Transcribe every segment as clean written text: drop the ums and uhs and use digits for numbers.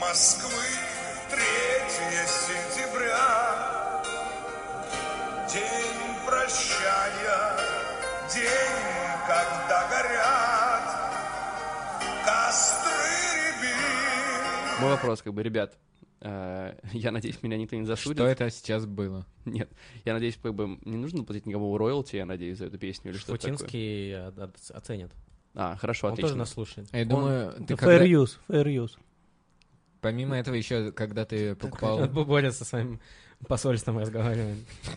Москвы 3 сентября, день прощания, день, когда горят костры рябин. Мой вопрос, ребят, я надеюсь, меня никто не засудит. Что это сейчас было? Нет, я надеюсь, не нужно платить никому роялти, я надеюсь, за эту песню или что-то такое. Шуфутинский оценит. Хорошо, Он отлично. тоже нас слушает. Я думаю, ты Fair use. Помимо этого еще, когда ты покупал... Боря со своим посольством разговаривает.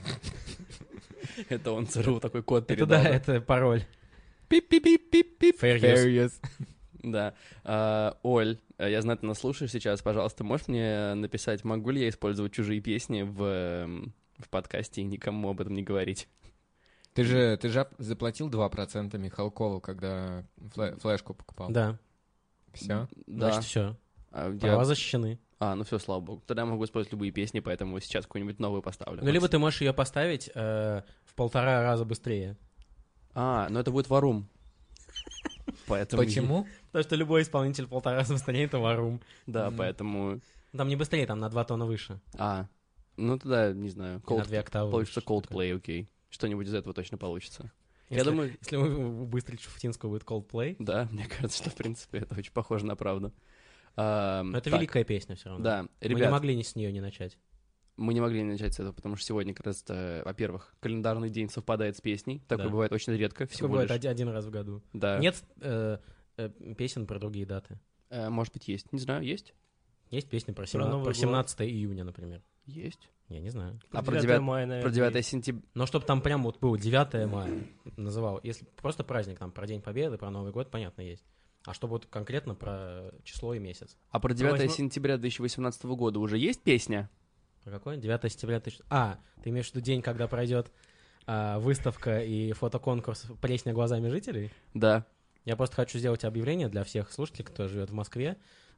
Это он ЦРУ такой код Это передал. да, это пароль. Пип-пип-пип-пип. Fair use. Да. Оль, я знаю, ты нас слушаешь сейчас. Пожалуйста, можешь мне написать, могу ли я использовать чужие песни в подкасте и никому об этом не говорить? Ты же заплатил 2% Михалкову, когда флешку покупал. Да. Все? Да. Значит, все. Я- Права защищены. Ну все, слава богу. Тогда я могу использовать любые песни, поэтому сейчас какую-нибудь новую поставлю. Ну, либо ты можешь ее поставить в 1,5 раза быстрее. Ну это будет варум. Поэтому... Почему? Потому что любой исполнитель 1,5 раза быстрее — это варум. Да, поэтому... Там не быстрее, там на 2 тона выше. Ну тогда, не знаю. И на 2 октавы. Получится выше, что такое. Coldplay, окей. Что-нибудь из этого точно получится. Я Если- думаю... Если у быстрить Шуфутинского будет Coldplay, Да, мне кажется, что, в принципе, это очень похоже на правду. но это Так, великая песня все равно. Да, Мы не ребят, могли с нее не начать. мы не могли начать с этого, потому что сегодня, как раз, во-первых, календарный день совпадает с песней. Такое Да. бывает очень редко, Такое всего бывает лишь. один раз в году. Да. Нет песен про другие даты. Может быть, есть. Не знаю, есть? Есть песня про Новый год. 17 июня, например. Есть. Я не знаю. Про 9 мая, наверное, Про 9 есть. сентября... Но чтобы там прям вот был 9 мая называл. Если просто праздник, там про День Победы, про Новый год, понятно, есть. А чтобы вот конкретно про число и месяц. А про 9 возьму- сентября 2018 года уже есть песня? Про какой? 9 сентября ты имеешь в виду день, когда пройдет выставка и фотоконкурс «Плесня глазами жителей»? Да. Я просто хочу сделать объявление для всех слушателей, кто живет в Москве.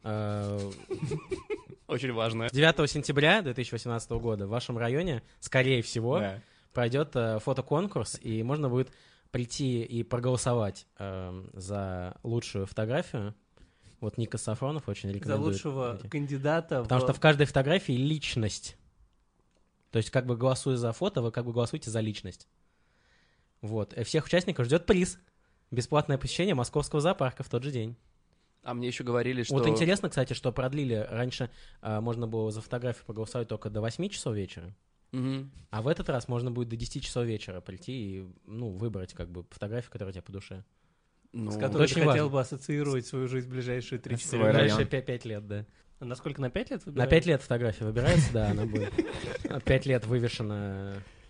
Очень важно. 9 сентября 2018 года в вашем районе, скорее всего, Да. пройдет фотоконкурс, и можно будет прийти и проголосовать за лучшую фотографию. Вот Никас Сафронов очень За рекомендует. лучшего эти. кандидата. Потому что в каждой фотографии личность. То есть, как бы голосуя за фото, вы как бы голосуете за личность. Вот. И всех участников ждет приз. Бесплатное посещение Московского зоопарка в тот же день. А мне еще говорили, что... Вот интересно, кстати, что продлили. Раньше можно было за фотографию проголосовать только до 8 часов вечера. Мгм. А в этот раз можно будет до 10 часов вечера прийти и выбрать как бы фотографию, которая тебе по душе. Ну, с это которой очень ты хотел важно. бы ассоциировать свою жизнь в ближайшие 3-4 Свой года. район. Ближайшие 5 лет, да. А насколько, на 5 лет На выбираешь? 5 лет фотография выбирается, да, она будет 5 лет вывешена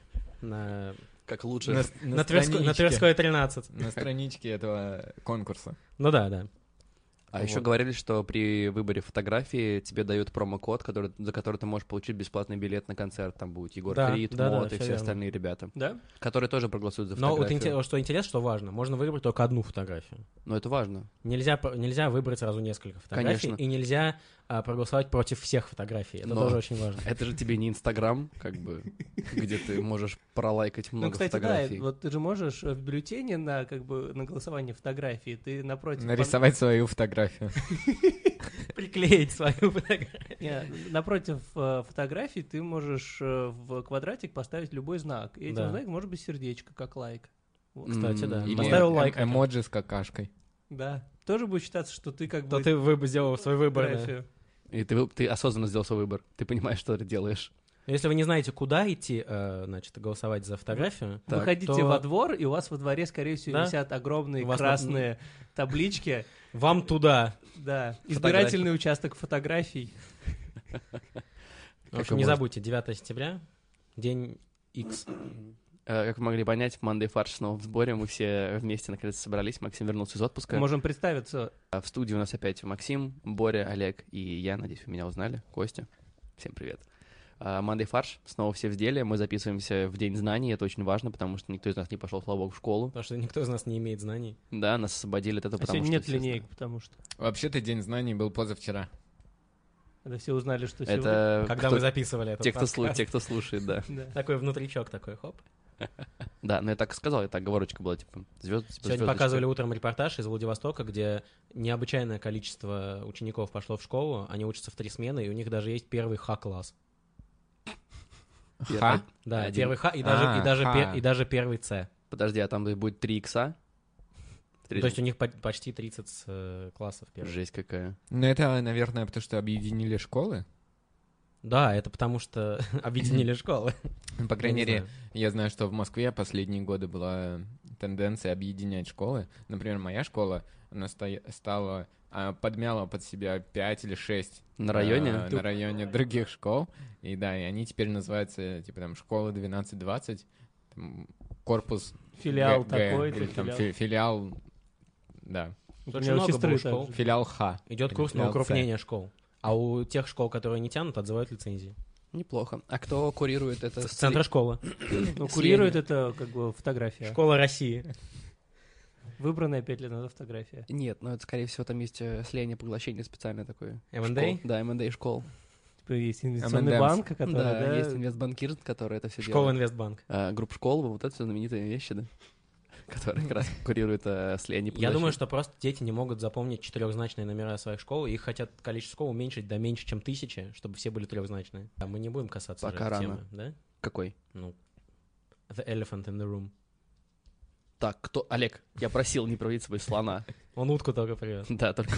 на как лучше. на Тверской 13. На страничке этого конкурса. Ну да. А еще Вот. говорили, что при выборе фотографии тебе дают промокод, за который ты можешь получить бесплатный билет на концерт. Там будет Егор Да, Крид, да, Мот и всё все верно. остальные ребята, Да? которые тоже проголосуют за Но вот фотографию. что интересно, что важно, можно выбрать только одну фотографию. Но это важно. Нельзя выбрать сразу несколько фотографий. Конечно. И нельзя проголосовать против всех фотографий. Это Но тоже очень важно. Это же тебе не Инстаграм, где ты можешь пролайкать много Ну, кстати, фотографий. да, вот ты же можешь в бюллетене на голосование фотографии, ты напротив... Нарисовать свою фотографию. Приклеить свою фотографию. Не, напротив фотографий ты можешь в квадратик поставить любой знак. И этим Да. знаком может быть сердечко, как лайк. Вот. Кстати, да. Или Поставил лайк. Эмоджи с какашкой. Да. Тоже будет считаться, что ты как То бы... ты сделал свой выбор. да. фотографию. И ты осознанно сделал свой выбор. Ты понимаешь, что ты делаешь. Если вы не знаете, куда идти, значит, голосовать за фотографию, Так. Выходите то- во двор, и у вас во дворе, скорее всего, Да? висят огромные У вас красные таблички. вам туда. Да. Избирательный участок фотографий. В общем, не забудьте, 9 сентября, день X. Как вы могли понять, Monday Фарш снова в сборе. Мы все вместе наконец собрались. Максим вернулся из отпуска. Можем представиться. В студии у нас опять Максим, Боря, Олег и я. Надеюсь, вы меня узнали. Костя. Всем привет. Monday Фарш. Снова все в деле. Мы записываемся в День знаний. Это очень важно, потому что никто из нас не пошел, слава богу, в школу. Потому что никто из нас не имеет знаний. Да, нас освободили от этого, А потому сегодня что... нет линеек, потому что... Вообще-то День знаний был позавчера. Когда все узнали, что сегодня... Это Когда мы записывали это. те, кто слушает, да. Да. Такой внутричок такой, хоп. Да, но я так и сказал, это оговорочка была, типа, Сегодня показывали утром репортаж из Владивостока, где необычайное количество учеников пошло в школу, они учатся в 3 смены, и у них даже есть первый Х-класс. Ха? Да, Один. первый Х и Ха. даже первый С. Подожди, а там будет 3 икса? То есть у них почти 30 классов первых. Жесть какая. Ну, это, наверное, потому что объединили школы. Да, это потому что объединили школы. Ну, по крайней не мере, знаю. я знаю, что в Москве последние годы была тенденция объединять школы. Например, моя школа, она подмяла под себя 5 или 6 На районе? на районе других школ. И да, и они теперь называются, типа, там, школа 12-20, там, корпус Филиал Г, такой-то, или там филиал. филиал, да, У Очень меня у много сестры было так школ. же. филиал Х. Идет Или курс на филиал Ц. укрупнение школ. А у тех школ, которые не тянут, отзывают лицензии. Неплохо. А кто курирует это? Центра школы. Ну, курирует это как бы фотография. Школа России. Выбранная 5 лет назад фотография. Нет, ну это, скорее всего, там есть слияние, поглощение специальное такое. M&A? Школ. Да, M&A школ. Типа есть инвестиционный M&M's. банк, который, Да, да, есть инвестбанкир, который это все Школа делает. Инвестбанк. Группа школ, вот это все знаменитые вещи, да? Которые как раз курируют слияние, Я думаю, поглощение. что просто дети не могут запомнить 4-значные номера своих школ, и их хотят количество школ уменьшить до меньше, чем 1000, чтобы все были 3-значные. А мы не будем касаться Пока же этой рано. темы, да? Какой? Ну, the elephant in the room. Так, кто? Олег, я просил не проводить с собой слона. Он утку только привез. Да, только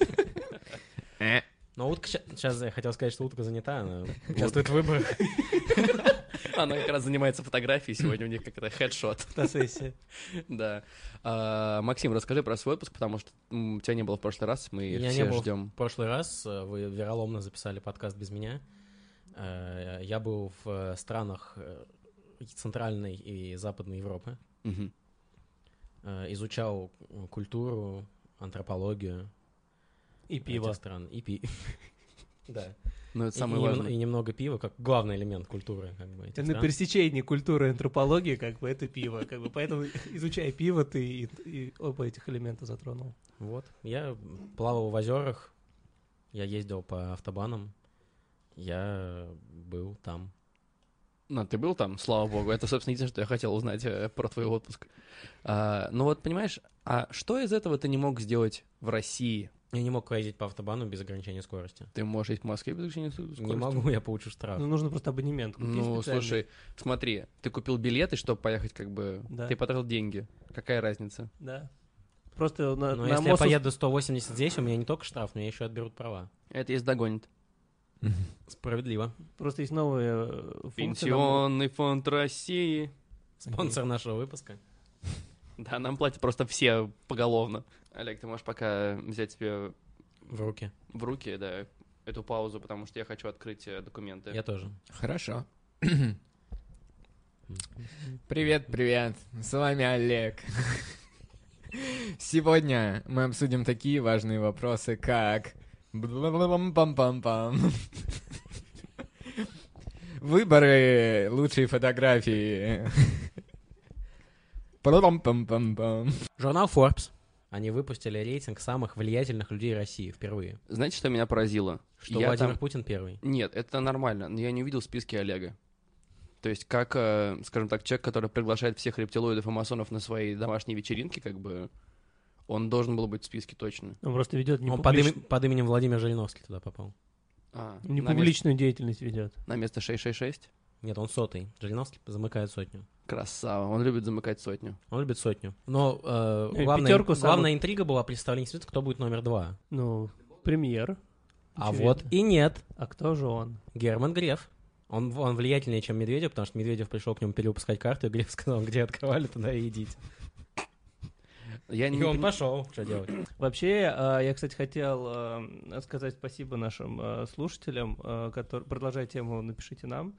Но утка... Сейчас я хотел сказать, что утка занята, она участвует в выборах. она как раз занимается фотографией, сегодня у них как-то хедшот. фотосессия. Да. Максим, расскажи про свой отпуск, потому что тебя не было в прошлый раз, мы Я не все был ждем. в прошлый раз, вы вероломно записали подкаст без меня. Я был в странах Центральной и Западной Европы. Мгм. Изучал культуру, антропологию И пиво. этих стран. И Да. Ну, это И самое важное. немного пива, как главный элемент культуры, как бы, этих На стран. пересечении культуры и антропологии, как бы, это пиво. Как бы, поэтому, изучая пиво, ты и оба этих элемента затронул. Вот. Я плавал в озерах, я ездил по автобанам, я был там. Ну, ты был там, слава богу. Это, собственно, единственное, что я хотел узнать про твой отпуск. Ну вот, понимаешь, а что из этого ты не мог сделать в России? Я не мог ездить по автобану без ограничения скорости. Ты можешь ездить в Москве без ограничения скорости? Не могу, я получу штраф. Ну, нужно просто абонемент купить Ну, специальный. слушай, смотри, ты купил билеты, чтобы поехать, как бы, Да. ты потратил деньги. Какая разница? Да. Просто на Но если Мосус- я поеду 180 здесь, у меня не только штраф, но еще отберут права. Это если догонит. Справедливо. Просто есть новые функции. Пенсионный фонд России. Спонсор нашего выпуска. Да, нам платят просто все поголовно. Олег, ты можешь пока взять себе В руки. в руки, да, эту паузу, потому что я хочу открыть документы. Я тоже. Хорошо. Привет, привет. С вами Олег. Сегодня мы обсудим такие важные вопросы, как пам-пам-пам. Выборы лучшей фотографии. Пам-пам-пам-пам. Журнал Forbes. Они выпустили рейтинг самых влиятельных людей России впервые. Знаете, что меня поразило? Что Я Владимир там- Путин первый. Нет, это нормально, но я не увидел списки Олега. То есть, как, скажем так, человек, который приглашает всех рептилоидов и масонов на свои домашние вечеринки, как бы, он должен был быть в списке точно. Он просто ведет Он под именем Владимир Жириновский туда попал. не на публичную деятельность ведет. На место 666? Нет, он сотый. Жириновский замыкает сотню. Красава, он любит замыкать сотню. Он любит сотню. Но пятерку самых- главная интрига была представление света, кто будет номер 2. Ну, премьер. А Очевидно. вот и нет. А кто же он? Герман Греф. Он влиятельнее, чем Медведев, потому что Медведев пришел к нему перевыпускать карту, и Греф сказал, где открывали, туда и идите. Я не И он пон- пошел. Что делать? Вообще, я, кстати, хотел сказать спасибо нашим слушателям, которые, продолжая тему, напишите нам.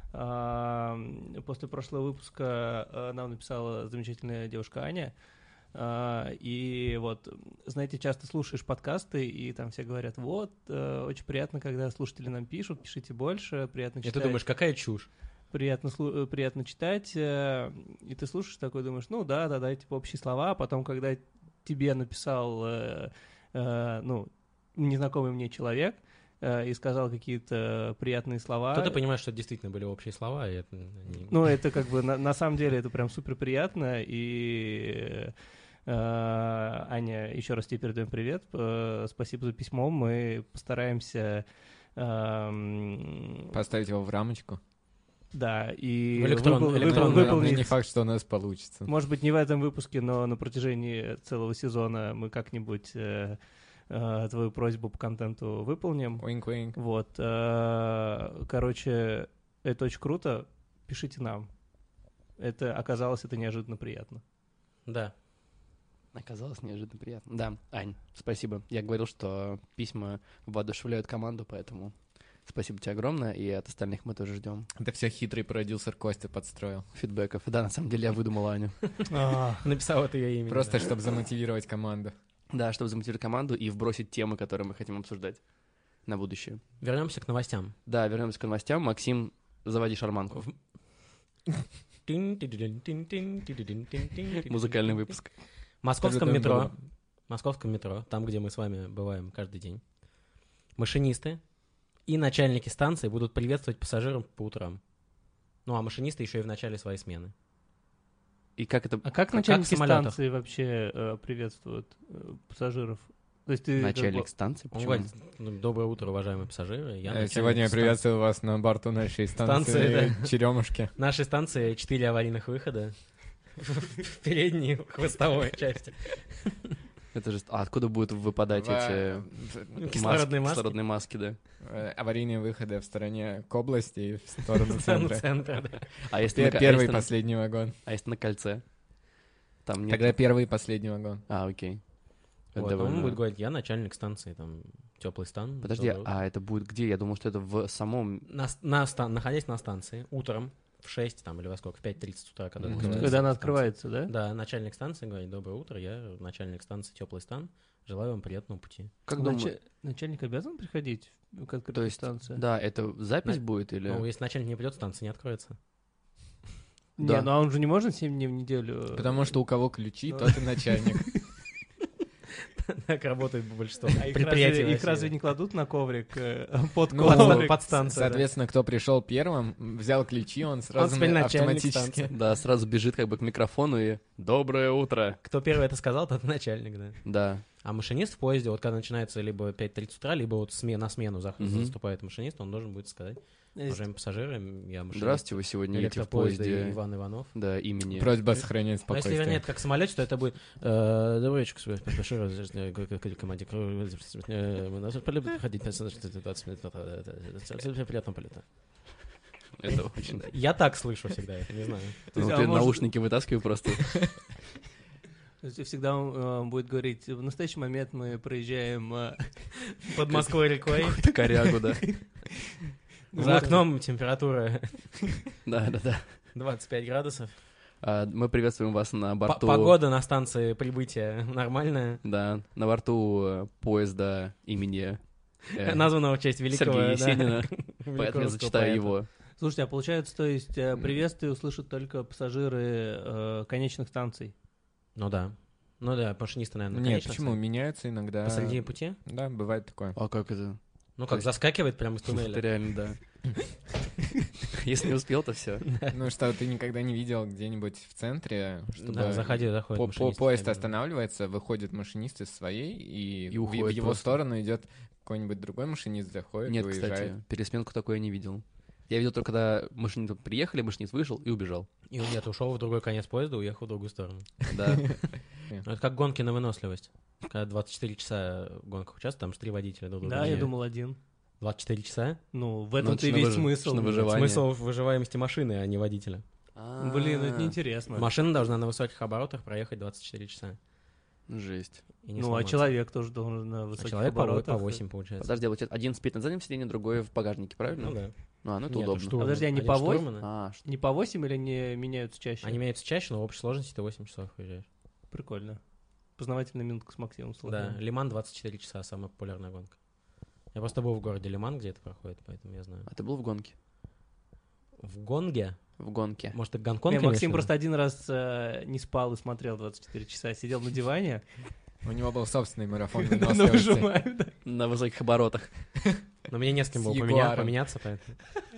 После прошлого выпуска нам написала замечательная девушка Аня. И вот, знаете, часто слушаешь подкасты, и там все говорят, вот, очень приятно, когда слушатели нам пишут, пишите больше, приятно И читать. ты думаешь, какая чушь? Приятно читать, и ты слушаешь такой, думаешь, ну да, типа общие слова, а потом, когда тебе написал, ну, незнакомый мне человек, и сказал какие-то приятные слова. Кто-то понимает, что это действительно были общие слова, и это... Ну, это как бы на самом деле это прям супер приятно, и Аня, еще раз тебе передаем привет, спасибо за письмо, мы постараемся... Поставить его в рамочку. Да, и электронную выполнить... Не факт, что у нас получится. Может быть, не в этом выпуске, но на протяжении целого сезона мы как-нибудь твою просьбу по контенту выполним. Уинк-уинк. Вот. Короче, это очень круто. Пишите нам. Оказалось, это неожиданно приятно. Да. Оказалось неожиданно приятно. Да, Ань, спасибо. Я говорил, что письма воодушевляют команду, поэтому спасибо тебе огромное, и от остальных мы тоже ждем Это все хитрый продюсер Костя подстроил. фидбэков. Да, на самом деле я выдумал Аню. Написал это ее имя. Просто чтобы замотивировать команду. Да, чтобы замотивировать команду и вбросить темы, которые мы хотим обсуждать на будущее. Вернемся к новостям. Да, вернемся к новостям. Максим, заводи шарманку. Музыкальный выпуск. В московском метро, там, где мы с вами бываем каждый день, машинисты и начальники станции будут приветствовать пассажиров по утрам. Ну, а машинисты еще и в начале своей смены. И как это... А как начальники самолетов. станции вообще приветствуют пассажиров? То есть ты Начальник станции? Он Почему? говорит: «Доброе утро, уважаемые пассажиры. Я начальник Сегодня я станции». приветствую вас на борту нашей станции Станции, Черемушки. Нашей станции 4 аварийных выхода в передней хвостовой части. Это же... А откуда будут выпадать эти Кислородные маски. кислородные маски, да? Аварийные выходы в стороне к области и в сторону центра. Центр, да. А если на, Первый и а если последний вагон. а если на кольце? Там нет... Тогда первый и последний вагон. А, окей. Это Вот, довольно- он будет говорить: я начальник станции, там, теплый стан. Подожди, доброе утро». а это будет где? Я думал, что это в самом... Находясь на станции, утром в 6 там, или во сколько, в 5:30 утра, когда открывается Когда она станция. открывается, да? Да, начальник станции говорит: доброе утро, я начальник станции теплый стан, желаю вам приятного пути. Как Нач- думаешь? Начальник обязан приходить к открытой То есть, станции? да, это запись будет или... Ну, если начальник не придет, станция не откроется. Не, Да. ну а он же не может 7 дней в неделю... Потому что у кого ключи, Ну. тот и начальник. Так работает большинство А их предприятий. разве, в их разве России. не кладут на коврик под Ну, коврик? под станцию, да. Соответственно, кто пришел первым, взял ключи, он сразу теперь начальник автоматически... станции. Да, сразу бежит как бы к микрофону и «Доброе утро!» Кто первый это сказал, тот начальник, да. Да. А машинист в поезде, вот когда начинается либо 5:30 утра, либо вот на смену Мгм. заступает машинист, он должен будет сказать: уважаемые пассажиры, я машинист Здравствуйте, вы сегодня едете в электропоезда поезде, Иван Иванов. да, имени... Просьба сохранять А если вернее, спокойствие. это как в самолете, то это будет добрый вечер, пассажиры, команде, ходить 20 минут, приятного полета. Это очень... Я так слышу всегда, я не знаю. Ну, есть, а ты может- наушники вытаскивай просто. То есть всегда он будет говорить: в настоящий момент мы проезжаем... Под Москвой рекой, Какую-то корягу, да. за окном температура Да. 25 градусов. Мы приветствуем вас на борту... Погода на станции прибытия нормальная, Да, на борту поезда имени названного в честь великого Сергея да, Есенина. великого Поэтому я русского зачитаю поэта. его. Слушайте, а получается, то есть приветствие услышат только пассажиры конечных станций? Ну да. Ну да, машинисты, наверное, Нет, конечно, почему? Меняются иногда. посреди пути? Да, бывает такое. А как это? Ну То как, есть- заскакивает прямо из Это туннеля. реально, да. Если не успел, то все. Ну что, ты никогда не видел где-нибудь в центре, чтобы... Да, заходит машинист. Поезд останавливается, выходит машинист из своей, и в уходит его просто. сторону идет какой-нибудь другой машинист, заходит, Нет, выезжает. кстати, пересменку такое я не видел. Я видел только, когда машинист приехали, машинист вышел и убежал. И он нет, ушел в другой конец поезда, уехал в другую сторону. Да. Ну, это как гонки на выносливость. Когда 24 часа в гонках участвуют, там же 3 водителя друг друга. Да, я Нет. думал один. 24 часа? Ну, в Ну, этом-то и это весь на смысл. выживание. Смысл в выживаемости машины, а не водителя. Блин, это неинтересно. Машина должна на высоких оборотах проехать 24 часа. Жесть. И не Ну, а сломаться. человек тоже должен на А высоких человек оборотах. по 8 получается. Подожди, а вот один спит на заднем сиденье, другой в багажнике, правильно? Ну да. Ну, это Нет, удобно. штурман. Подожди, они Один по восемь? штурмана. А, Не по 8 или не меняются чаще? Они меняются чаще, но в общей сложности ты 8 часов уезжаешь. Прикольно. Познавательная минутка с Максимом. Да, Соловьевым. Лиман 24 часа, самая популярная гонка. Я просто был в городе Лиман, где это проходит, поэтому я знаю. а ты был в гонке? В Гонге? В гонке. Может, ты Не, Гонконг имеешь в Максим виду? просто один раз не спал и смотрел 24 часа, сидел на диване. У него был собственный марафон Ну, выносливости. выжимаю, да. На высоких оборотах. Но мне не с кем С было Ягуаром. поменяться, поэтому...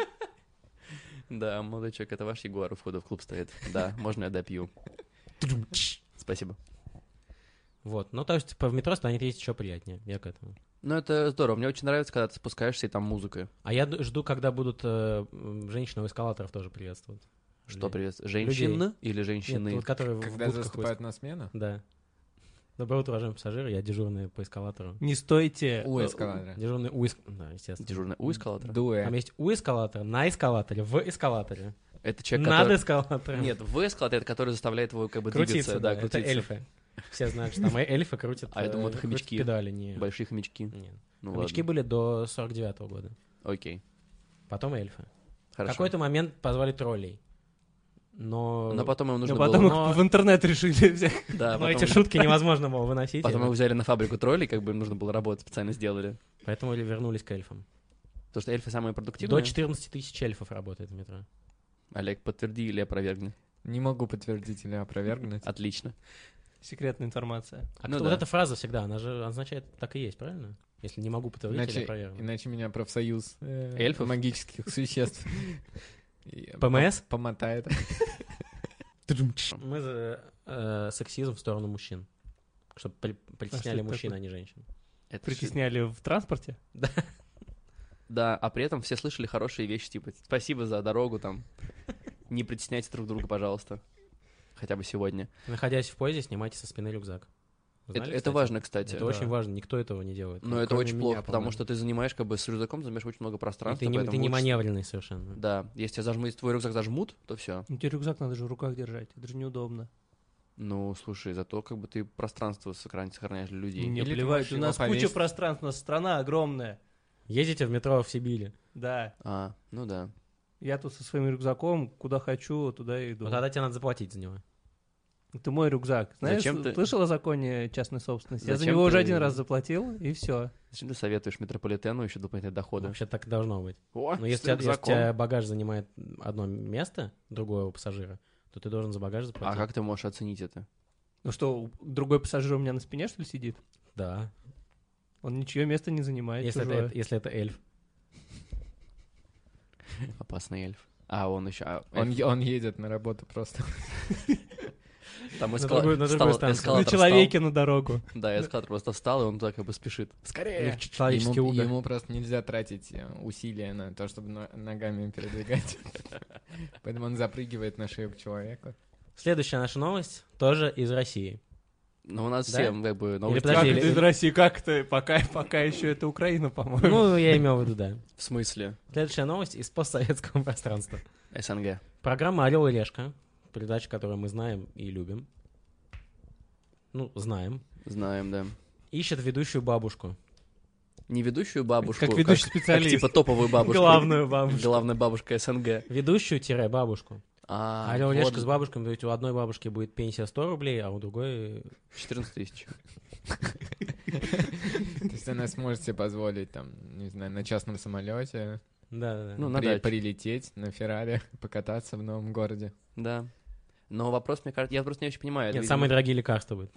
Да, молодой человек, это ваш Ягуар у входа в клуб стоит. Да, можно я допью. Спасибо. Вот, ну то есть в метро станет ездить еще приятнее, я к этому. Ну, это здорово. Мне очень нравится, когда ты спускаешься, и там музыка. А я жду, когда будут женщины у эскалаторов тоже приветствовать. Что Людей. привет? Женщины или Нет, женщины? вот которые в Когда будках заступают на смену? Да. Доброе утро, уважаемые пассажиры, я дежурный по эскалатору. Не стойте. У эскалатора. Дежурный Да, естественно. Дежурная у эскалатора? Дуэ. Там есть у эскалатора, на эскалаторе, в эскалаторе, Это человек, над который... эскалатором. Нет, в эскалатор, это который заставляет его как бы Крутиться, двигаться. да, крутиться. это эльфы. Все знают, что там эльфы крутят, А я думал, это крутят хомячки. педали. Не. Большие хомячки. Нет. Ну Хомячки ладно. были до 49-го года. Окей, Потом эльфы. В хорошо. какой-то момент позвали троллей. Но Но потом им нужно Но потом было... их в интернет решили взять. Да, но потом... эти шутки невозможно было выносить. Потом его взяли на фабрику троллей, как бы им нужно было работать, специально сделали. Поэтому вернулись к эльфам. Потому что эльфы самые До продуктивные. 14 тысяч эльфов работает в метро. Олег, подтверди или опровергни. Не могу подтвердить или опровергнуть. Отлично. Секретная информация. А Ну вот да. эта фраза всегда, она же означает так и есть, правильно? Если не могу подтвердить или Иначе, опровергнуть. иначе меня профсоюз Эльфов? магических существ ПМС? Помотает. Мы за сексизм в сторону мужчин. Чтобы притесняли это мужчин, такое? а не женщин. Это Притесняли в транспорте? Да, а при этом все слышали хорошие вещи, типа, спасибо за дорогу, там, не притесняйте друг друга, пожалуйста. Хотя бы сегодня. Находясь в поезде, снимайте со спины рюкзак. Вы знали, Это кстати? важно, кстати. Это очень важно, никто этого не делает. Но это кроме очень меня, плохо, потому по-моему. что ты занимаешь, как бы, с рюкзаком занимаешь очень много И пространства. ты не поэтому лучше- маневренный совершенно. Да, если если твой рюкзак зажмут, то все. Ну, тебе рюкзак надо же в руках держать. Это же неудобно. Ну, слушай, зато как бы ты пространство сохраняешь для людей. Не Или ты плевать, можешь у его нас куча повесить. пространств, у нас страна огромная. Ездите в метро в Сибири. Да. А, ну да. Я тут со своим рюкзаком, куда хочу, туда и иду. Вот тогда тебе надо заплатить за него. Это мой рюкзак. Знаешь, Зачем ты- слышал о законе частной собственности? Я за Зачем него уже ты- один раз заплатил, и все. Зачем ты советуешь метрополитену еще дополнительные доходы? Вообще так и должно быть. О, Но с если у рюкзаком. тебя багаж занимает одно место другого пассажира, то ты должен за багаж А заплатить. как ты можешь оценить это? Ну что, другой пассажир у меня на спине, что ли, сидит? Да, Он ничье место не занимает. если чужое. если это эльф. Опасный эльф. А он еще... Он едет на работу просто. Там на другую станцию. На человеке на дорогу. Да, эскалатор просто встал, и он туда как бы спешит. Эльф человеческий угол. Ему просто нельзя тратить усилия на то, чтобы ногами передвигать. Поэтому он запрыгивает на шею к человеку. Следующая наша новость тоже из России. Но у нас Да? всем как бы новости... подожди, Как или- это из России? Как это? Пока еще это Украина, по-моему. Ну, я имел в виду, да. В смысле? Следующая новость из постсоветского пространства. СНГ. Программа «Орел и решка», передача, которую мы знаем и любим. Ну, знаем. Знаем, да. Ищет ведущую бабушку. Не ведущую бабушку, Как ведущий специалист. типа топовую бабушку. Главную бабушку. Главная бабушка СНГ. Ведущую-бабушку. А, Орел и вот решка с бабушками, то есть у одной бабушки будет пенсия 100 рублей, а у другой... 14 тысяч. То есть она сможет себе позволить, там, не знаю, на частном самолете Да. Ну, на даче. прилететь на Феррари, покататься в новом городе. Да. Но вопрос, мне кажется, я просто не очень понимаю. это, Нет, видимо, самые дорогие лекарства будут.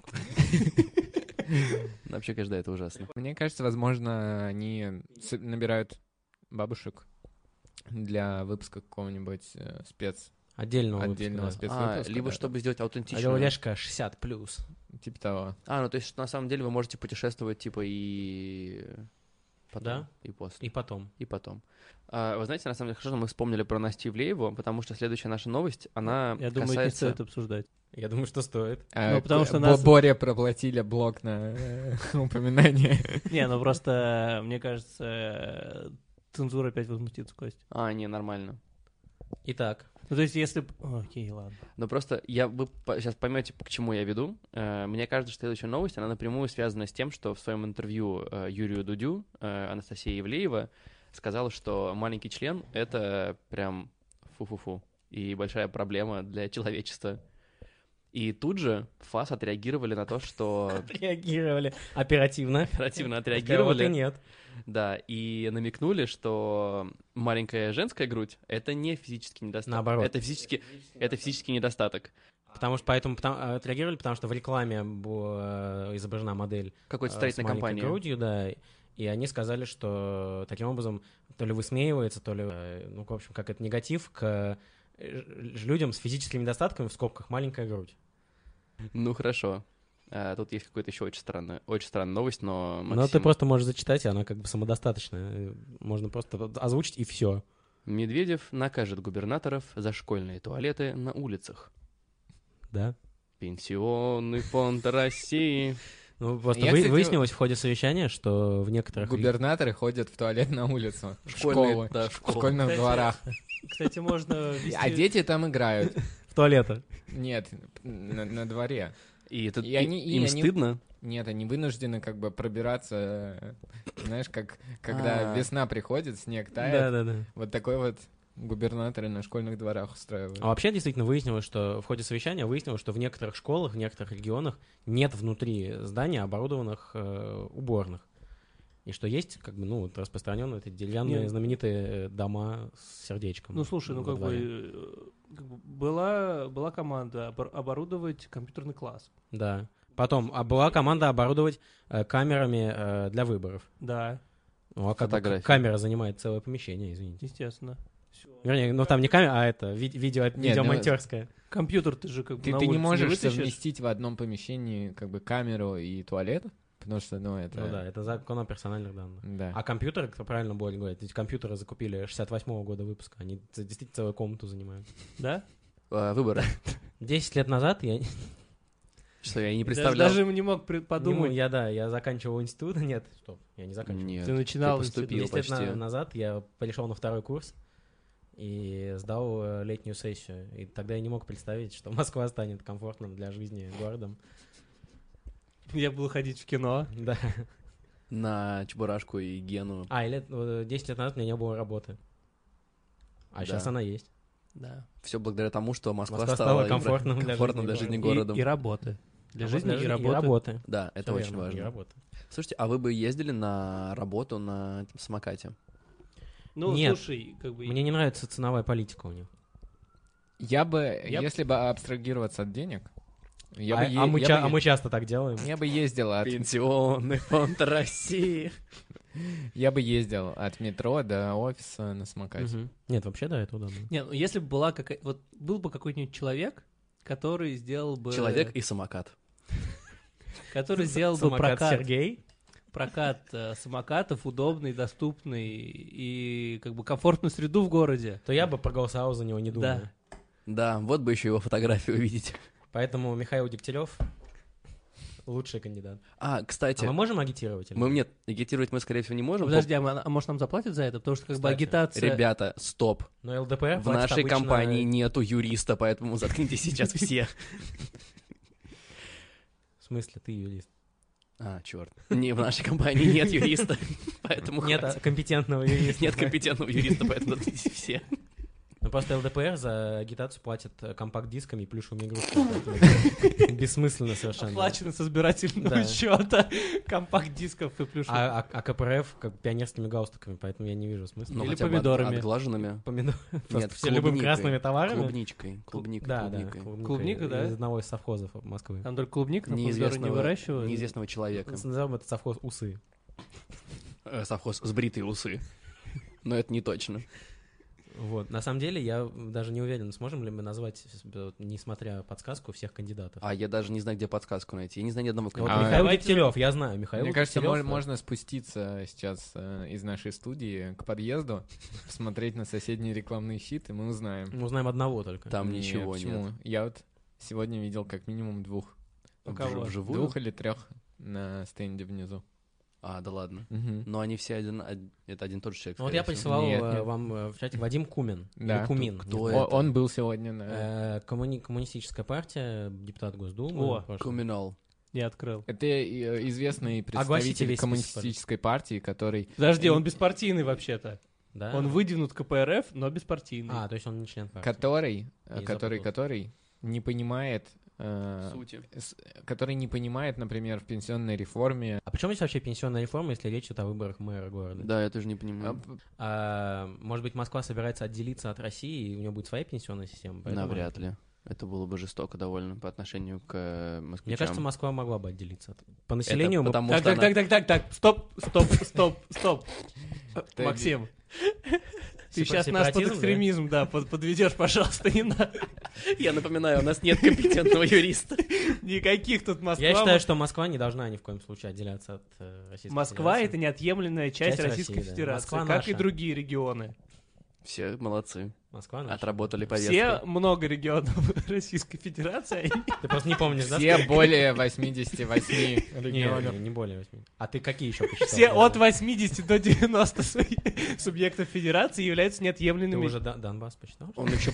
Вообще, конечно, да, это ужасно. Мне кажется, возможно, они набирают бабушек для выпуска какого-нибудь Отдельного отдельного выпуска, спецвыпуска. Либо да, чтобы сделать да. Орел и аутентичную... решка 60+. типа того. Ну то есть на самом деле вы можете путешествовать типа и... Потом, Да. и после. И потом. И потом. Вы знаете, на самом деле, хорошо, что мы вспомнили про Настю Ивлееву, потому что следующая наша новость, она Я думаю, не касается... стоит обсуждать. Я думаю, что стоит. Ну, потому что нас- Боре проплатили блок на упоминание. Не, ну просто, мне кажется, цензура опять возмутится, Кость. Не, нормально. Итак, Ну, то есть, если... Окей, ладно. Но просто вы сейчас поймете, к чему я веду. Мне кажется, что следующая новость, она напрямую связана с тем, что в своем интервью Юрию Дудю Анастасия Ивлеева сказала, что маленький член — это прям фу-фу-фу и большая проблема для человечества. И тут же ФАС отреагировали на то, что... отреагировали оперативно. Оперативно Вот и отреагировали. нет. Да, и намекнули, что маленькая женская грудь — это не физический недостаток. Наоборот. Это физический недостаток. Потому что отреагировали, потому что в рекламе была изображена модель Какой-то с строительной маленькой компании. грудью, да, И они сказали, что таким образом то ли высмеивается, то ли, ну, в общем, как это негатив к людям с физическими недостатками, в скобках, маленькая грудь. Ну, хорошо. Тут есть какая-то еще очень странная новость, но Но Максим... ты просто можешь зачитать, и она как бы самодостаточная. Можно просто озвучить, и все. Медведев накажет губернаторов за школьные туалеты на улицах. Да? Пенсионный фонд России. Ну, просто Я, кстати, выяснилось в ходе совещания, что в некоторых... Губернаторы ходят в туалет на улицу. Школьные, Школы. да, В школы. школьных Кстати, дворах. Кстати, можно вести... А дети там играют. В туалеты. Нет, на дворе. И это И они- им стыдно? Нет, они вынуждены как бы пробираться, знаешь, как когда А. весна приходит, снег тает. Да-да-да. Вот такой вот губернаторы на школьных дворах устраивают. А вообще действительно выяснилось, что в ходе совещания выяснилось, что в некоторых школах, в некоторых регионах нет внутри здания оборудованных уборных. И что есть, как бы, ну, вот распространенные эти деревянные Нет. знаменитые дома с сердечком. Ну, слушай, ну во как дворе. бы была команда оборудовать компьютерный класс. Да. Потом была команда оборудовать камерами для выборов. Да, Ну, а как бы Фотографии. камера занимает целое помещение, извините. естественно. Всё. Вернее, ну там не камера, а это видеомонтерская. Компьютер ты же как бы Ты на не улице можешь вытащишь. совместить в одном помещении как бы камеру и туалет, потому что, ну, это... Ну да, это закон о персональных данных. Да. А компьютеры, кто правильно Боря говорит, эти компьютеры закупили 68-го года выпуска, они действительно целую комнату занимают. Да? Выборы. 10 лет назад я Что, я и не представлял. Даже не мог подумал, подумать. я заканчивал институт, нет, стоп, я не заканчивал. Нет, Ты начинал ты поступил 10 лет почти. назад я перешел на второй курс и сдал летнюю сессию. И тогда я не мог представить, что Москва станет комфортным для жизни городом. Я буду ходить в кино. Да. На Чебурашку и Гену. А, 10 лет назад у меня не было работы. А Да. сейчас она есть. Да. Все благодаря тому, что Москва Москва стала стала комфортным для комфортным для жизни жизни И городом. работы. Для жизни и И работы. работы. Да, это Всё очень верно, и важно. работы. Слушайте, а вы бы ездили на работу на самокате? Ну, Нет. слушай, как бы... Мне не нравится ценовая политика у них. Я бы, Я б- если бы абстрагироваться от денег, я бы А е- мы я ча- бы а мы часто так делаем. Я бы ездил Пенсионный фонд России. я бы ездил от метро до офиса на самокате. Мгм. Нет, вообще да, это удобно. Не, ну если бы была вот был бы какой-нибудь человек, который сделал бы... Человек и самокат. Который сделал бы Самокат прокат Сергей. самокатов удобный, доступный и как бы комфортную среду в городе. То я бы проголосовал за него, не думая. Да. Да, вот бы еще его фотографию увидеть. Поэтому Михаил Дегтярев лучший кандидат. Кстати, А мы можем агитировать? или мы нет? нет, агитировать мы, скорее всего, не можем. Подожди, а может нам заплатят за это? Потому что как бы Кстати, агитация... Ребята, стоп. Но ЛДПР В платит нашей обычно- компании нету юриста, поэтому заткнитесь сейчас все. В смысле, ты юрист? Черт. Не, в нашей компании нет юриста, поэтому Нет хватит. компетентного юриста. Нет компетентного юриста, поэтому заткнитесь все. Ну просто ЛДПР за агитацию платит компакт-дисками и плюшевыми игрушками. поэтому это бессмысленно совершенно. Оплачено со избирательного Да. счета компакт-дисков и плюшек. А КПРФ как пионерскими галстуками, поэтому я не вижу смысла. Ну, Или хотя бы помидорами. отглаженными. Помидор. Нет, Просто все любым клубникой. красными товарами. Клубничкой. Клубника, Да, да. клубникой. Клубника, да? Из одного из совхозов Москвы. Там только клубник, но помидоры не выращивают. Неизвестного человека. Назовем это совхоз Усы. Совхоз с бритой усы. Но это не точно. Вот. На самом деле, я даже не уверен, сможем ли мы назвать, несмотря подсказку, всех кандидатов. Я даже не знаю, где подсказку найти. Я не знаю ни одного Вот кандидата. Михаил давайте- Дегтярев, я знаю. Михаил Мне кажется, Дегтярев, можно спуститься сейчас из нашей студии к подъезду, посмотреть на соседний рекламный щит, и мы узнаем. мы узнаем одного только. Там Нет, ничего почему? нет. Я вот сегодня видел как минимум двух. У кого? Вживую? 2 или 3 на стенде внизу. Да ладно. Мгм. Но они все это один и тот же человек. Ну вот я скорее всего. присылал Нет, нет. вам в чате Вадим Кумин. Да. Или Кумин. Кто не это? знаю. Он был сегодня на... Коммунистическая партия, депутат Госдумы. О, прошлый. Куминал. Не открыл. Это известный Огласите представитель весь коммунистической партии, который... Подожди, он беспартийный вообще-то. Да? Он выдвинут КПРФ, но беспартийный. А, то есть он не член партии. который запутался. не понимает... Сути. который не понимает, например, в пенсионной реформе... А почему здесь вообще пенсионная реформа, если речь идет о выборах мэра города? Да, я тоже не понимаю. Может быть, Москва собирается отделиться от России, и у нее будет своя пенсионная система? поэтому- Навряд ли. Это было бы жестоко довольно по отношению к москвичам. Мне кажется, Москва могла бы отделиться. По населению мы... потому Так, что так, так, так, так, стоп. Ты- Максим, ты сейчас нас под Сепаратизм, да? экстремизм, да, подведешь, пожалуйста, не надо. Я напоминаю, у нас нет компетентного юриста. Никаких тут Москва. Я считаю, что Москва не должна ни в коем случае отделяться от Российской Москва — Федерации. это неотъемлемая часть Часть Российской России, да. Федерации, Москва как и наша. другие регионы. Все молодцы. Москва наша. Отработали повестку. Все много регионов Российской Федерации. Ты просто не помнишь, да? Все более 88 Не, регионов. не более 8. А ты какие еще посчитал? Все от 80 до 90 субъектов Федерации являются Ты неотъемлемыми. уже Донбасс посчитал? Он еще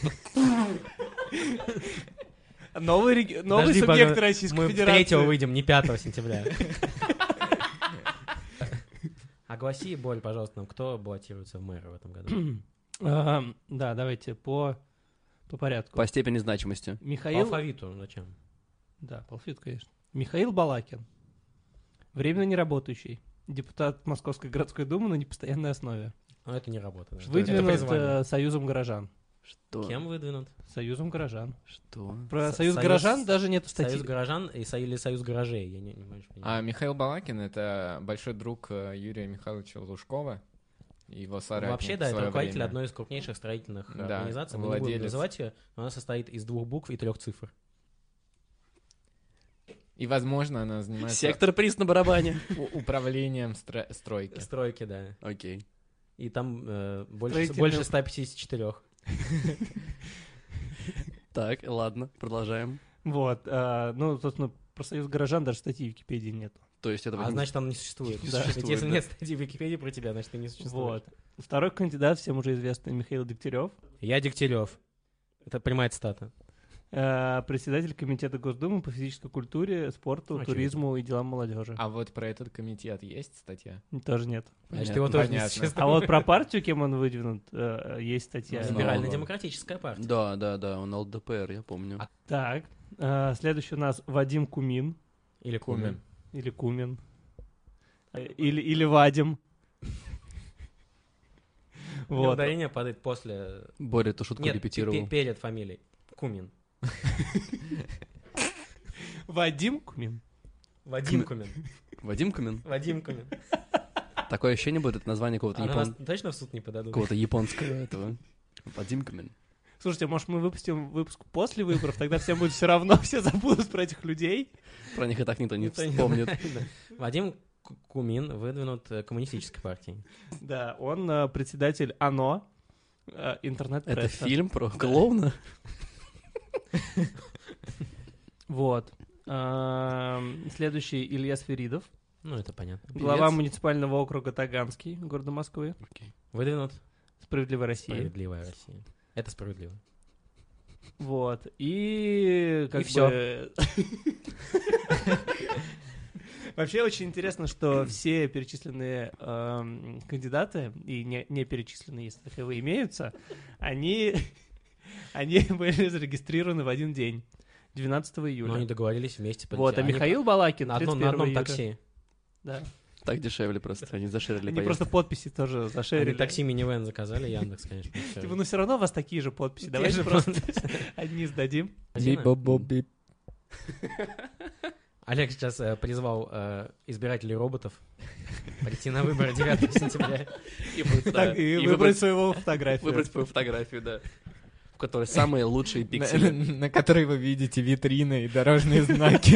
Новый Подожди, субъект пока Российской мы Федерации. 3-го выйдем, не 5 сентября. Огласи, Боль, пожалуйста, нам, кто баллотируется в мэры в этом году? Да, давайте по порядку. по степени значимости. По Михаил... алфавиту, зачем? Да, по алфавиту, конечно. Михаил Балакин. Временно неработающий. Депутат Московской городской думы на непостоянной основе. Ну, это не работает. да. Выдвинут Это призвание. Союзом горожан. Что? Кем выдвинут? Союзом горожан. Что? Про Со- Союз союз- горожан даже нету статьи. Союз горожан или Союз гаражей, я не понимаю. А Михаил Балакин — это большой друг Юрия Михайловича Лужкова. Его соратник Вообще, да, в это своё руководитель время. одной из крупнейших строительных Да, организаций. Мы не будем владелец. называть ее, но она состоит из 2 букв и 3 цифр. И, возможно, она занимается Сектор приз на барабане. управлением стройки. Стройки, да. Окей. И там Строительный- больше 154. Так, ладно, продолжаем. Вот. Ну, собственно, про Союз горожан даже статьи в Википедии нету. То есть это А значит, она не существует. Не Да. существует, Если да. нет статьи в Википедии про тебя, значит, ты не существуешь. Вот. Второй кандидат, всем уже известный, Михаил Дегтярев. Я Дегтярев. Это прямая цитата. Председатель комитета Госдумы по физической культуре, спорту, Очевидно. туризму и делам молодежи. А вот про этот комитет есть статья? Тоже нет. Значит, его тоже не Понятно. существует. А вот про партию, кем он выдвинут, есть статья. Ну, Либерально-демократическая партия. Да, он ЛДПР, я помню. Так. Следующий у нас Вадим Кумин. Или Кумен. Или Кумин. Или Вадим. Вот. Ударение падает после... Боря эту шутку Нет, репетировал. перед фамилией. Кумин. Вадим Кумин. Вадим Кумин. Вадим Камин? Вадим Кумин. Такое ощущение будет, это название А на нас точно в суд не подадут? какого-то японского этого. Вадим Камин. Слушайте, может, мы выпустим выпуск после выборов, тогда всем будет все равно, все забудут про этих людей. Про них и так никто не Никто не вспомнит. Да. Вадим Кумин выдвинут коммунистической партией. Да, он председатель ОНО, Это интернет-пресса. фильм про клоуна? Вот. Следующий Илья Сферидов, Ну, это понятно. глава Певец. муниципального округа Таганский, города Москвы. Выдвинут Справедливая Россия. справедливая Россия. Это справедливо. Вот. И как И всё. бы... Вообще очень интересно, что все перечисленные кандидаты и не перечисленные, если таковые имеются, они были зарегистрированы в один день, 12 Но они июля. договорились вместе. Вот, а Они Михаил Балакин на 31 одном июля. такси. Да. Так дешевле просто, они заширили Они поездку. просто подписи тоже Они зашерили. такси минивэн заказали, Яндекс, конечно. всё. Типа, ну все равно у вас такие же подписи. Те Давайте же просто одни сдадим. Бип-боп-боп-бип. Олег сейчас призвал избирателей роботов прийти на выборы 9 сентября. И будет, да, Так, и и выбрать своего фотографию. выбрать свою фотографию, да. В которой самые лучшие На пиксели. на которой вы видите витрины и дорожные знаки.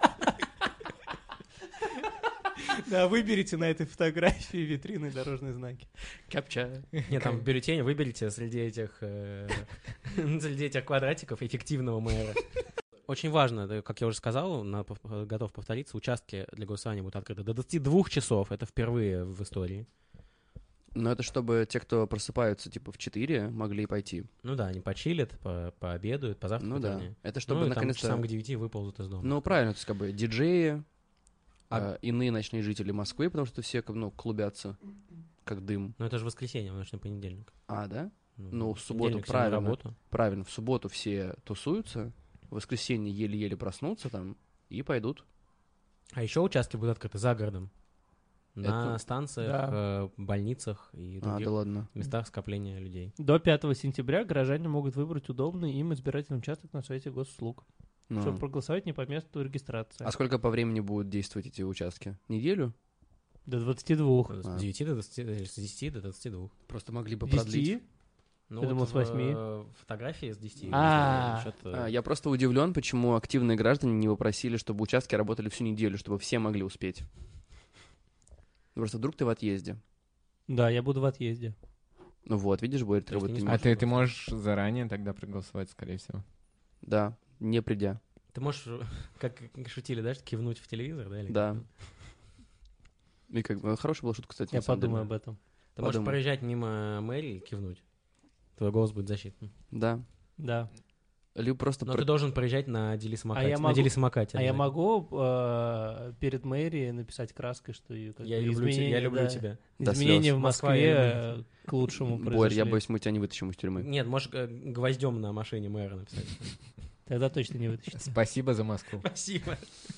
Да, выберите на этой фотографии витрины и дорожные знаки. Капча. Нет, там в бюллетене выберите среди этих квадратиков эффективного мэра. Очень важно, да, как я уже сказал, готов повториться, участки для голосования будут открыты до 22 часов. Это впервые в истории. Но это чтобы те, кто просыпаются типа в 4, могли пойти. Ну да, они почилят, пообедают, позавтракают. Ну да. вернее. Это чтобы Ну и там наконец-то... часам к 9 выползут из дома. Ну, правильно, то есть как бы диджеи, А- иные ночные жители Москвы, потому что все клубятся, как дым. Но это же воскресенье, ночной понедельник. А, да? Ну, в субботу, понедельник все на правильно. работу. Правильно, в субботу все тусуются, в воскресенье еле-еле проснутся там и пойдут. А еще участки будут открыты за городом. На Это- станциях, Да. больницах и А, других да ладно. местах скопления людей. До 5 сентября горожане могут выбрать удобный им избирательный участок на сайте госуслуг, Ну. чтобы проголосовать не по месту регистрации. А сколько по времени будут действовать эти участки? Неделю? До 22. С А. 9 до 20, или с 10 до 22. Просто могли бы 10? Ну, Я думал, с 8. Фотографии с 10. А. Я просто удивлен, почему активные граждане не попросили, чтобы участки работали всю неделю, чтобы все могли успеть. Просто вдруг ты в отъезде. Да, я буду в отъезде. Ну вот, видишь, будет, То есть ты не А можешь... ты можешь заранее тогда проголосовать, скорее всего. Да, не придя. Ты можешь, как шутили, да, что кивнуть в телевизор, да? или Да. как? И как бы хорошая была шутка, кстати. Я на самом подумаю деле. об этом. Ты можешь Подумай. проезжать мимо мэрии и кивнуть. Твой голос будет защитным. Да. Да. Либо просто... Но ты должен проезжать на деле-самокате. я На могу- деле-самокате. А я обязательно. могу перед мэрией написать краской, что ее как Я бы люблю, изменения, я люблю да, тебя. До изменения слез. в Москва, Москве я к лучшему Борь, произошли. я боюсь, мы тебя не вытащим из тюрьмы. Нет, можешь гвоздем на машине мэра написать. Тогда точно не вытащите. Спасибо за Москву. Спасибо.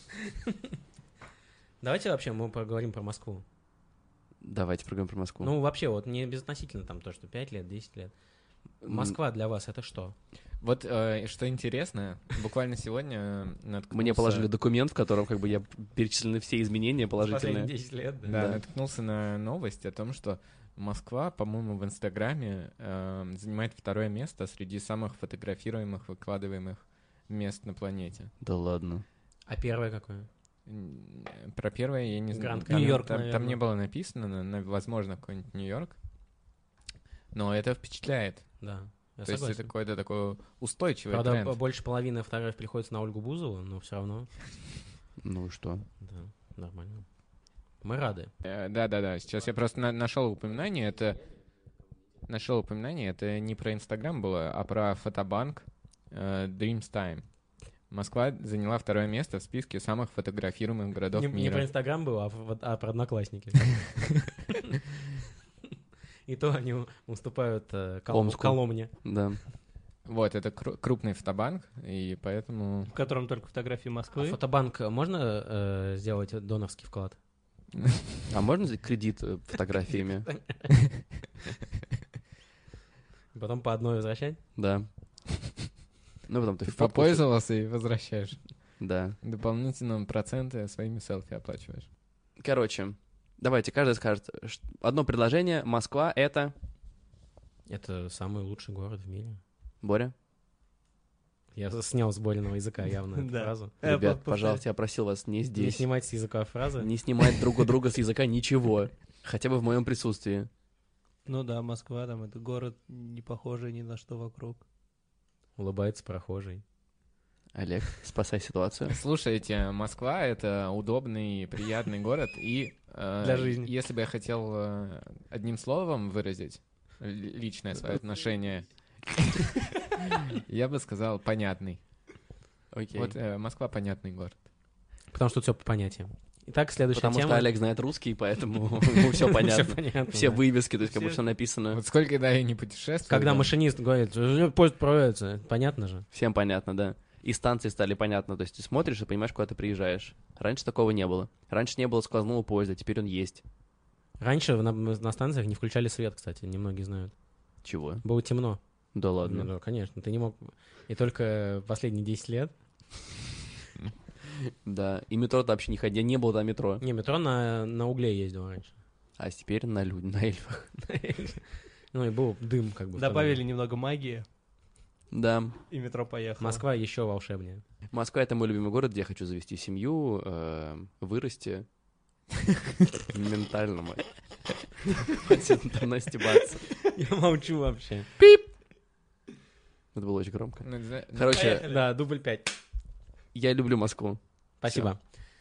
Давайте вообще мы поговорим про Москву. Давайте проговорим про Москву. Ну, вообще, вот не безотносительно там то, что 5 лет, 10 лет. Москва для вас это что? Вот что интересно, буквально сегодня наткнулся... Мне положили документ, в котором как бы я перечислены все изменения положительные. Последние 10 лет, да? Да, Да. наткнулся на новость о том, что Москва, по-моему, в Инстаграме занимает 2-е место среди самых фотографируемых, выкладываемых мест на планете. Да ладно. А первое какое? Про первое я не знаю. Гранд Там- Нью-Йорк, там наверное. не было написано, возможно, какой-нибудь Нью-Йорк. Но это впечатляет. Да, я То есть согласен. это какой-то такой устойчивый Правда, тренд. больше половины фотографий приходится на Ольгу Бузову, но все равно, Ну и что? да, нормально. Мы рады. Да. Сейчас я просто нашел упоминание. Это не про Инстаграм было, а про фотобанк Dreams Time. Москва заняла 2-е место в списке самых фотографируемых городов Не мира. про Инстаграм было, а про Одноклассники. И то они уступают Омску. Коломне. Да. Вот, это крупный фотобанк, и поэтому... В котором только фотографии А Москвы. фотобанк можно сделать донорский вклад? А можно взять кредит фотографиями? Потом по одной возвращать? Да. Ну, потом ты Ты фоткался. попользовался и возвращаешь. Да. Дополнительно проценты своими селфи оплачиваешь. Короче, давайте, каждый скажет одно предложение. Москва — это... Это самый лучший город в мире. Боря? Я снял с Бориного языка явно эту Да. фразу. Ребят, повторяй. пожалуйста, я просил вас не Не здесь. снимать с языка фразы. Не снимать друг у друга с языка ничего. Хотя бы в моем присутствии. Ну да, Москва, там это город, не похожий ни на что вокруг. Улыбается прохожий. Олег, спасай ситуацию. Слушайте, Москва — это удобный, приятный город, и... Для жизни. Если бы я хотел одним словом выразить личное свое отношение, я бы сказал «понятный». Окей. Вот Москва — понятный город. Потому что тут все по понятиям. Итак, следующая Потому тема. что Олег знает русский, поэтому ему все понятно. Всё понятно. Все да. вывески, то есть как бы Все- все написано. Вот сколько да, я не путешествую. Когда да. машинист говорит, поезд отправляется, понятно же. Всем понятно, да. И станции стали понятно. То есть ты смотришь и понимаешь, куда ты приезжаешь. Раньше такого не было. Раньше не было сквозного поезда, теперь он есть. Раньше на станциях не включали свет, кстати, немногие знают. Чего? Было темно. Да ладно. Ну, конечно, ты не мог... И только последние 10 лет... Да. И метро-то вообще не ходил. Не было там метро. Не, метро на угле ездил раньше. А теперь на эльфах. Ну и был дым как бы. в то Добавили время. немного магии, Да. и метро поехало. Москва еще волшебнее. Москва — это мой любимый город, где я хочу завести семью, вырасти. Ментально, мать. Хватит надо мной стебаться. Я молчу вообще. Это было очень громко. Ну, Короче, Да, дубль 5. я люблю Москву. Спасибо.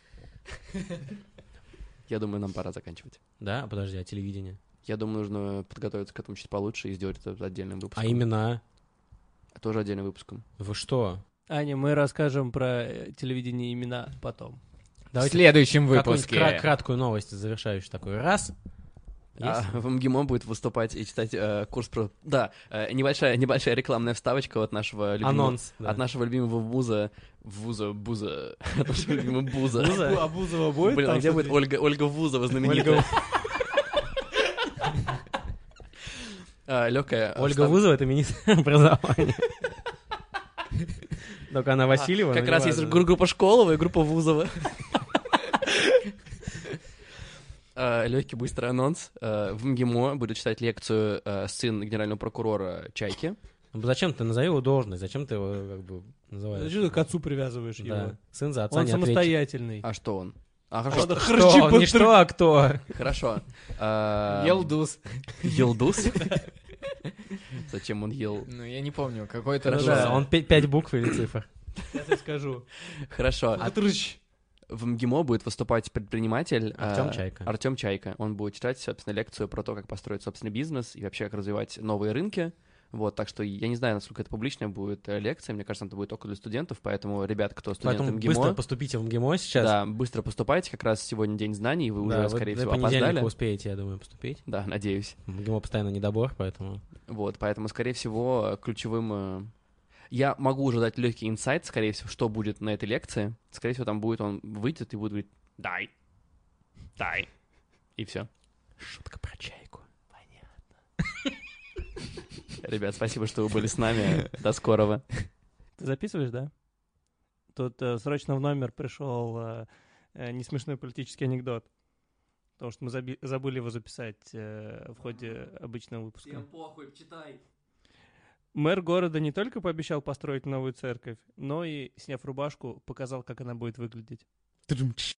Я думаю, нам пора заканчивать. Да, подожди, а телевидение? Я думаю, нужно подготовиться к этому чуть получше и сделать это отдельным выпуском. А именно? Тоже отдельным выпуском. Вы что? Аня, мы расскажем про телевидение имена потом. в Давайте следующем какую-нибудь выпуске. краткую новость завершающую такой. Раз. А Есть? в МГИМО будет выступать и читать курс про... Да, небольшая рекламная вставочка от нашего любимого... Анонс. да. От нашего любимого вуза Буза. Это что, видимо, Буза. А Бузова будет? Блин, а там где что-то? будет Ольга Вузова знаменитая? Легкая. Ольга Вузова — это министр образования. Только она Васильева. Как но раз не есть важно. группа Школова и группа Вузова. Легкий быстрый анонс. В МГИМО будет читать лекцию сын генерального прокурора Чайки. Ну, зачем ты назови его должность? Зачем ты его как бы называешь? Зачем ты к отцу привязываешь Да. его? Сын за отца Он не ответит. самостоятельный. А что он? А, Он хорошо. это Что? харчи Он не что, а кто? Хорошо. Елдус. Елдус? Зачем он ел? Ну, я не помню, какой-то... Хорошо. Да, он 5 букв или цифр. Сейчас я скажу. Хорошо. Отрыч. В МГИМО будет выступать предприниматель Артём Чайка. Артём Чайка. Он будет читать, собственно, лекцию про то, как построить собственный бизнес и вообще как развивать новые рынки. Вот, так что я не знаю, насколько это публичная будет лекция. Мне кажется, это будет только для студентов, поэтому, ребят, кто студенты Поэтому МГИМО, быстро поступите в МГИМО сейчас. да, быстро поступайте. Как раз сегодня день знаний, вы Да, уже, вы скорее до всего, понедельника опоздали. успеете, я думаю, поступить. Да, надеюсь. В МГИМО постоянно недобор, поэтому... Вот, поэтому, скорее всего, ключевым... Я могу уже дать легкий инсайт, скорее всего, что будет на этой лекции. Скорее всего, там будет он выйдет и будет говорить «дай, дай». И все. Шутка про чайку. Понятно. Ребят, спасибо, что вы были с нами. До скорого. Ты записываешь, да? Тут срочно в номер пришел несмешной политический анекдот. Потому что мы забыли его записать в ходе обычного выпуска. похуй, читай. Мэр города не только пообещал построить новую церковь, но и, сняв рубашку, показал, как она будет выглядеть.